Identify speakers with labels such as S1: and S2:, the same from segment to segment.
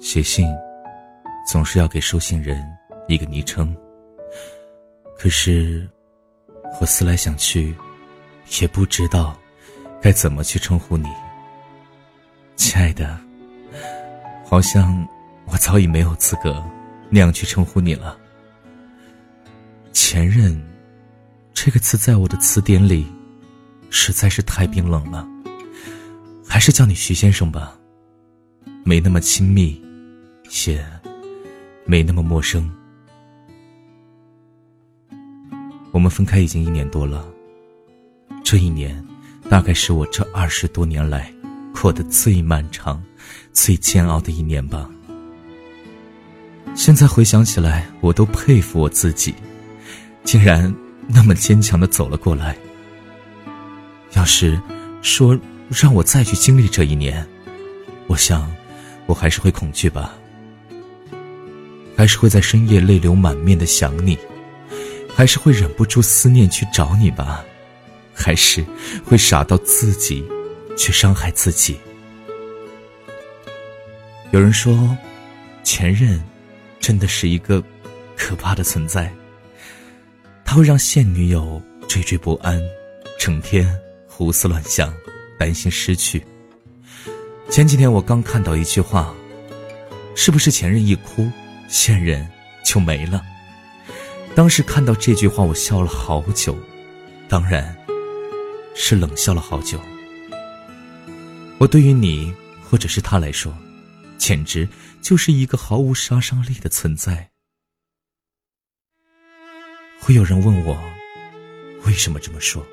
S1: 写信总是要给收信人一个昵称，可是我思来想去，也不知道该怎么去称呼你。亲爱的，好像我早已没有资格那样去称呼你了。前任这个词在我的词典里实在是太冰冷了，还是叫你徐先生吧，没那么亲密，也没那么陌生。我们分开已经1年多了，这1年大概是我这20多年来过得最漫长最煎熬的1年吧。现在回想起来，我都佩服我自己，竟然那么坚强地走了过来。要是说让我再去经历这1年，我想我还是会恐惧吧，还是会在深夜泪流满面地想你，还是会忍不住思念去找你吧，还是会傻到自己去伤害自己。有人说，前任真的是一个可怕的存在，他会让现女友惴惴不安，整天胡思乱想，担心失去。前几天我刚看到一句话，是不是前任一哭，现任就没了？当时看到这句话，我笑了好久，当然是冷笑了好久。我对于你或者是他来说，简直就是一个毫无杀伤力的存在。会有人问我为什么这么说？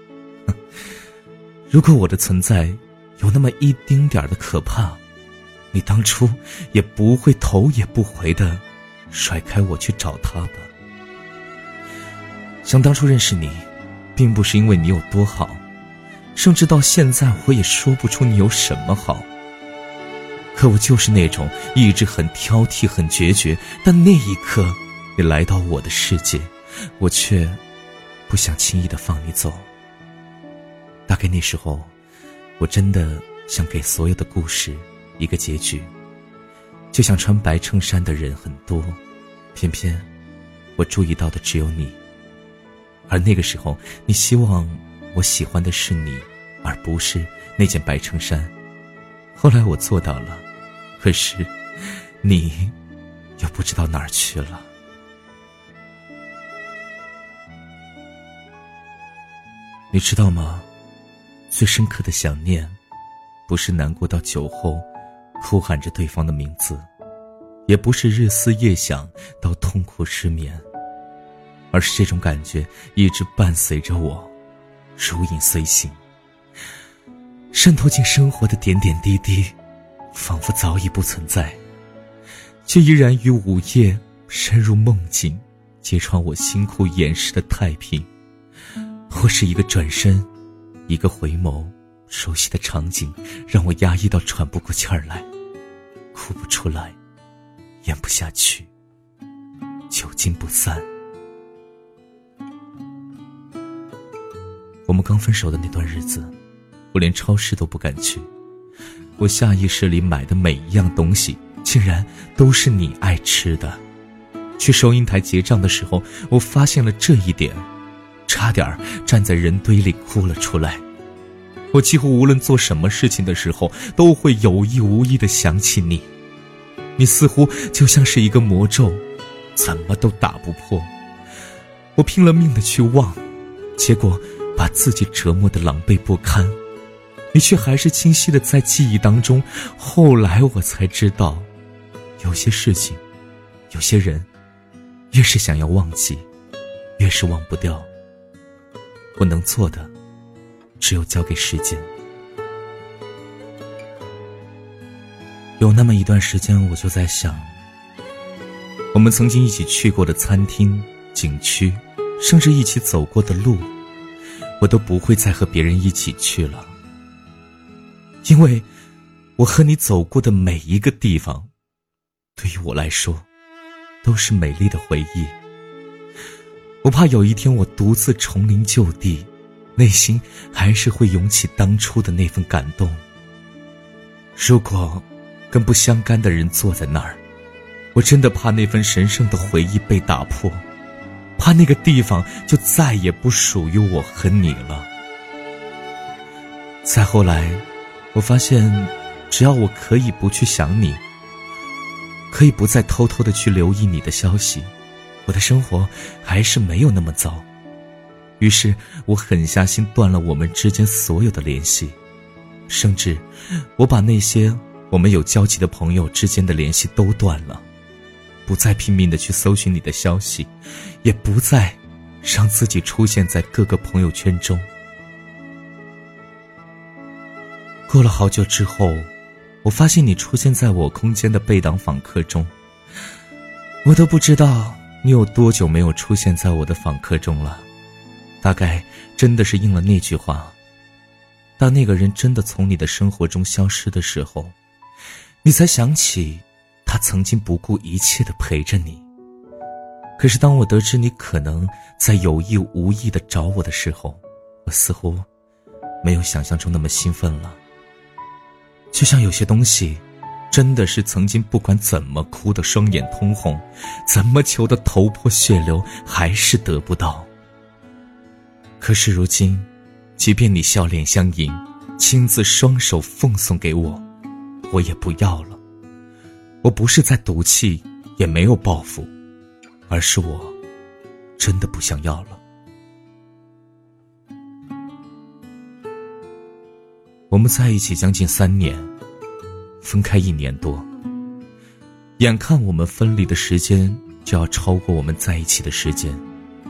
S1: 如果我的存在有那么一丁点的可怕，你当初也不会头也不回地甩开我去找他吧。想当初认识你，并不是因为你有多好，甚至到现在我也说不出你有什么好。可我就是那种一直很挑剔很决绝，但那一刻你来到我的世界，我却不想轻易地放你走。大概那时候我真的想给所有的故事一个结局，就像穿白衬衫的人很多，偏偏我注意到的只有你。而那个时候你希望我喜欢的是你，而不是那件白衬衫。后来我做到了，可是你又不知道哪儿去了。你知道吗？最深刻的想念，不是难过到酒后哭喊着对方的名字，也不是日思夜想到痛苦失眠，而是这种感觉一直伴随着我，如影随形，渗透进生活的点点滴滴，仿佛早已不存在，却依然于午夜深入梦境，揭穿我辛苦掩饰的太平。或是一个转身，一个回眸，熟悉的场景让我压抑到喘不过气儿来，哭不出来，咽不下去，久经不散。我们刚分手的那段日子，我连超市都不敢去，我下意识里买的每一样东西竟然都是你爱吃的。去收银台结账的时候，我发现了这一点，差点站在人堆里哭了出来。我几乎无论做什么事情的时候，都会有意无意地想起你，你似乎就像是一个魔咒，怎么都打不破。我拼了命地去忘，结果把自己折磨得狼狈不堪，你却还是清晰地在记忆当中。后来我才知道，有些事情，有些人，越是想要忘记，越是忘不掉。我能做的只有交给时间。有那么一段时间，我就在想，我们曾经一起去过的餐厅、景区，甚至一起走过的路，我都不会再和别人一起去了。因为我和你走过的每一个地方，对于我来说都是美丽的回忆。我怕有一天我独自重临旧地，内心还是会涌起当初的那份感动。如果跟不相干的人坐在那儿。我真的怕那份神圣的回忆被打破，怕那个地方就再也不属于我和你了。再后来，我发现只要我可以不去想你，可以不再偷偷的去留意你的消息，我的生活还是没有那么糟。于是我狠下心断了我们之间所有的联系，甚至我把那些我们有交集的朋友之间的联系都断了，不再拼命的去搜寻你的消息，也不再让自己出现在各个朋友圈中。过了好久之后，我发现你出现在我空间的备档访客中，我都不知道你有多久没有出现在我的访客中了。大概真的是应了那句话，当那个人真的从你的生活中消失的时候，你才想起他曾经不顾一切地陪着你。可是当我得知你可能在有意无意地找我的时候，我似乎没有想象中那么兴奋了。就像有些东西真的是曾经不管怎么哭得双眼通红，怎么求得头破血流，还是得不到。可是如今，即便你笑脸相迎，亲自双手奉送给我，我也不要了。我不是在赌气，也没有报复，而是我真的不想要了。我们在一起将近3年，分开1年多，眼看我们分离的时间就要超过我们在一起的时间，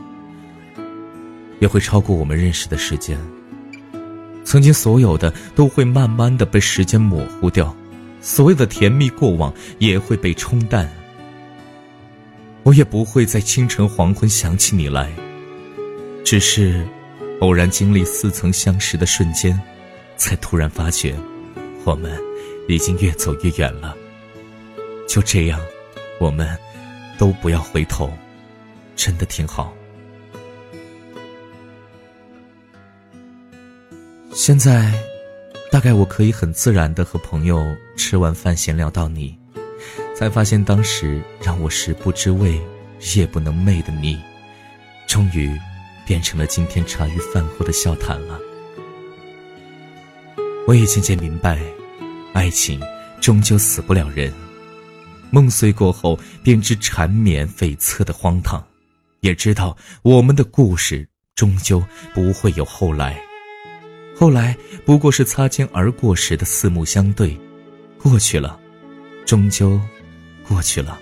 S1: 也会超过我们认识的时间。曾经所有的都会慢慢的被时间模糊掉，所谓的甜蜜过往也会被冲淡。我也不会在清晨黄昏想起你来，只是偶然经历似曾相识的瞬间，才突然发觉我们已经越走越远了。就这样，我们都不要回头，真的挺好。现在大概我可以很自然地和朋友吃完饭闲聊到你，才发现当时让我食不知味夜不能寐的你，终于变成了今天茶余饭后的笑谈了。我也渐渐明白，爱情终究死不了人，梦碎过后便知缠绵悱恻的荒唐，也知道我们的故事终究不会有后来。后来不过是擦肩而过时的四目相对，过去了，终究过去了。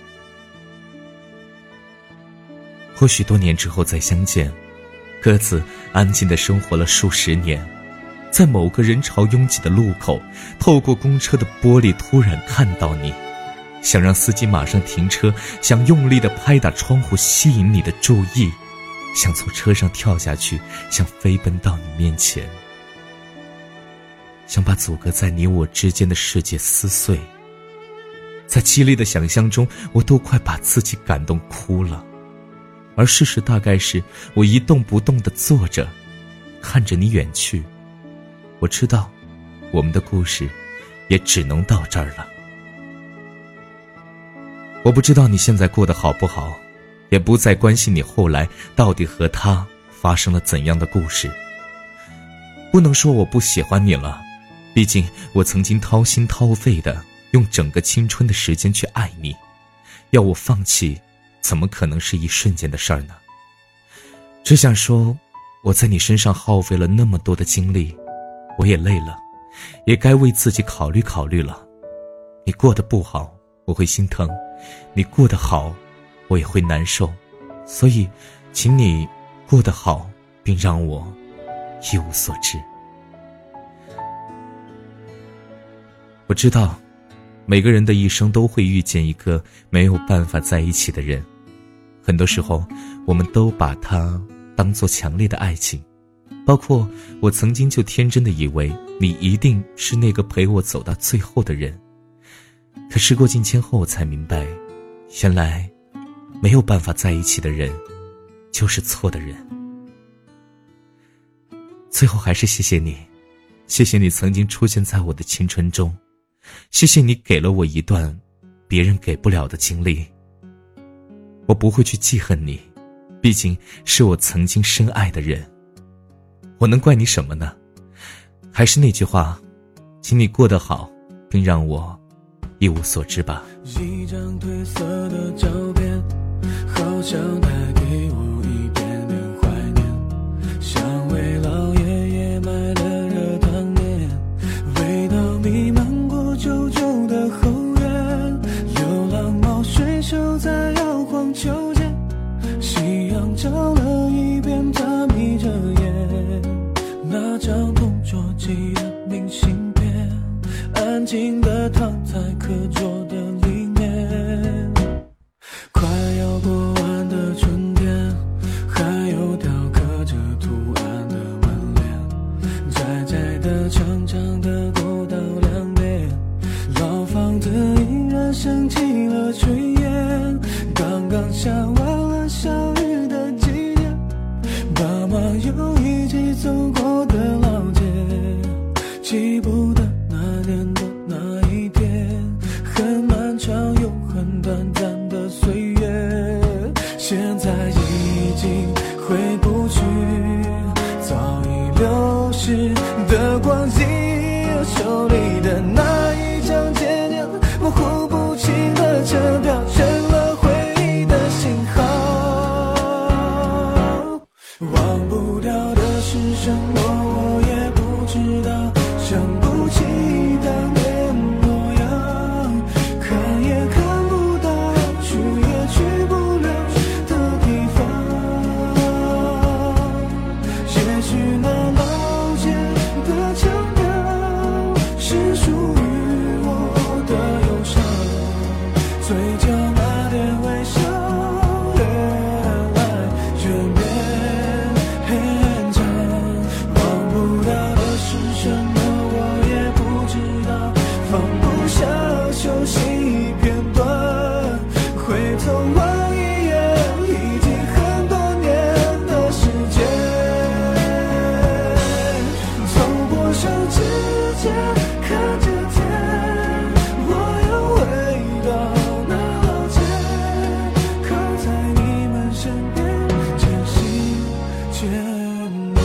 S1: 或许多年之后再相见，各自安静地生活了数十年，在某个人潮拥挤的路口，透过公车的玻璃突然看到你，想让司机马上停车，想用力地拍打窗户吸引你的注意，想从车上跳下去，想飞奔到你面前，想把阻隔在你我之间的世界撕碎。在激烈的想象中，我都快把自己感动哭了。而事实大概是，我一动不动地坐着，看着你远去。我知道，我们的故事也只能到这儿了。我不知道你现在过得好不好，也不再关心你后来到底和他发生了怎样的故事。不能说我不喜欢你了，毕竟我曾经掏心掏肺的用整个青春的时间去爱你，要我放弃，怎么可能是一瞬间的事儿呢？只想说，我在你身上耗费了那么多的精力，我也累了，也该为自己考虑考虑了。你过得不好，我会心疼；你过得好，我也会难受。所以，请你过得好，并让我一无所知。我知道，每个人的一生都会遇见一个没有办法在一起的人，很多时候我们都把它当作强烈的爱情，包括我曾经就天真的以为你一定是那个陪我走到最后的人。可时过境迁后，我才明白，原来没有办法在一起的人就是错的人。最后还是谢谢你，谢谢你曾经出现在我的青春中， 谢谢你给了我一段别人给不了的经历。我不会去记恨你，毕竟是我曾经深爱的人。我能怪你什么呢？还是那句话，请你过得好，并让我一无所知吧。
S2: 一张褪色的照片，好像带给我一点点怀念，像为老爷爷买的热汤面，味道弥漫过旧旧的后院，流浪猫睡熟在摇晃秋千，夕阳照了一遍，它眯着眼，那张同桌寄的明信片，安静地躺在课桌的里面。快要过完的春天，还有条刻着图案的门帘，窄窄的长长的过道两边，老房子依然升起了炊烟，刚刚下完了小雨的季节，爸妈又一起走过的老街，记不得那年的那一天，很漫长又很短暂的岁月，现在已经回不去早已流逝的光阴，手里的那一张渐渐模糊不清的车票，成了回忆的信号。忘不掉的是什么我也不知道，想不起当年模样，看也看不到，去也去不了的地方。也许那老街的腔调是属于我的忧伤，嘴角那点微笑越来越绵很长，忘不掉的是什么我也不知道，放不下熟悉片段，回头望一眼已经很多年的时间，走过手指间看着天，我又回到那老街，靠在你们身边渐行渐远。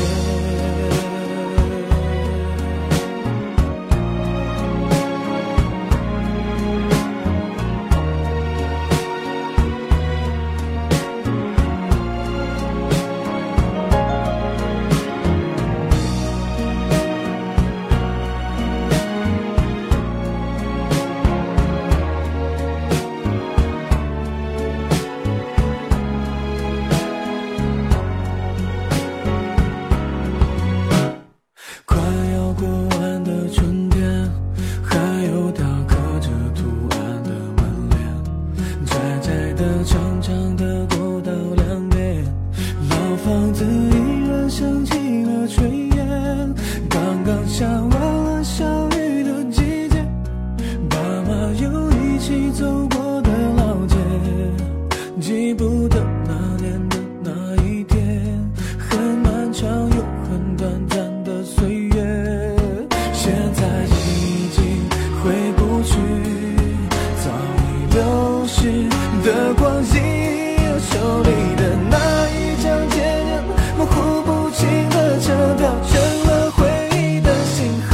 S2: 快要过完的春天，还有条刻着图案的门帘，窄窄的长长的过道两边，老房子依然升起了炊烟，刚刚下完了小雨的季节，爸妈又一起走过的老街，记不得那年的那一天，很漫长又很短暂的岁月，现在已经回不去早已流逝的光阴，手里的那一张渐渐模糊不清的车票，成了回忆的信号。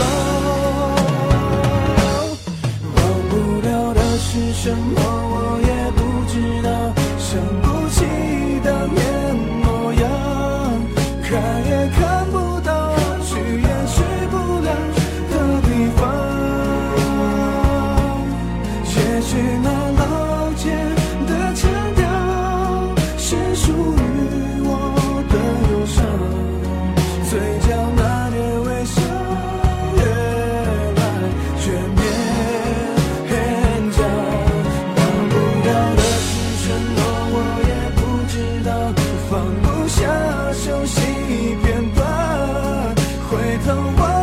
S2: 忘不了的是什么我也不知道，想不起当年模样，看也看不到，去也去不了的地方。也许那老街的腔调是属于我的忧伤，嘴角那点微笑越来越绵很长，忘不了的是什么我也不知道，放不下熟悉片段，回头望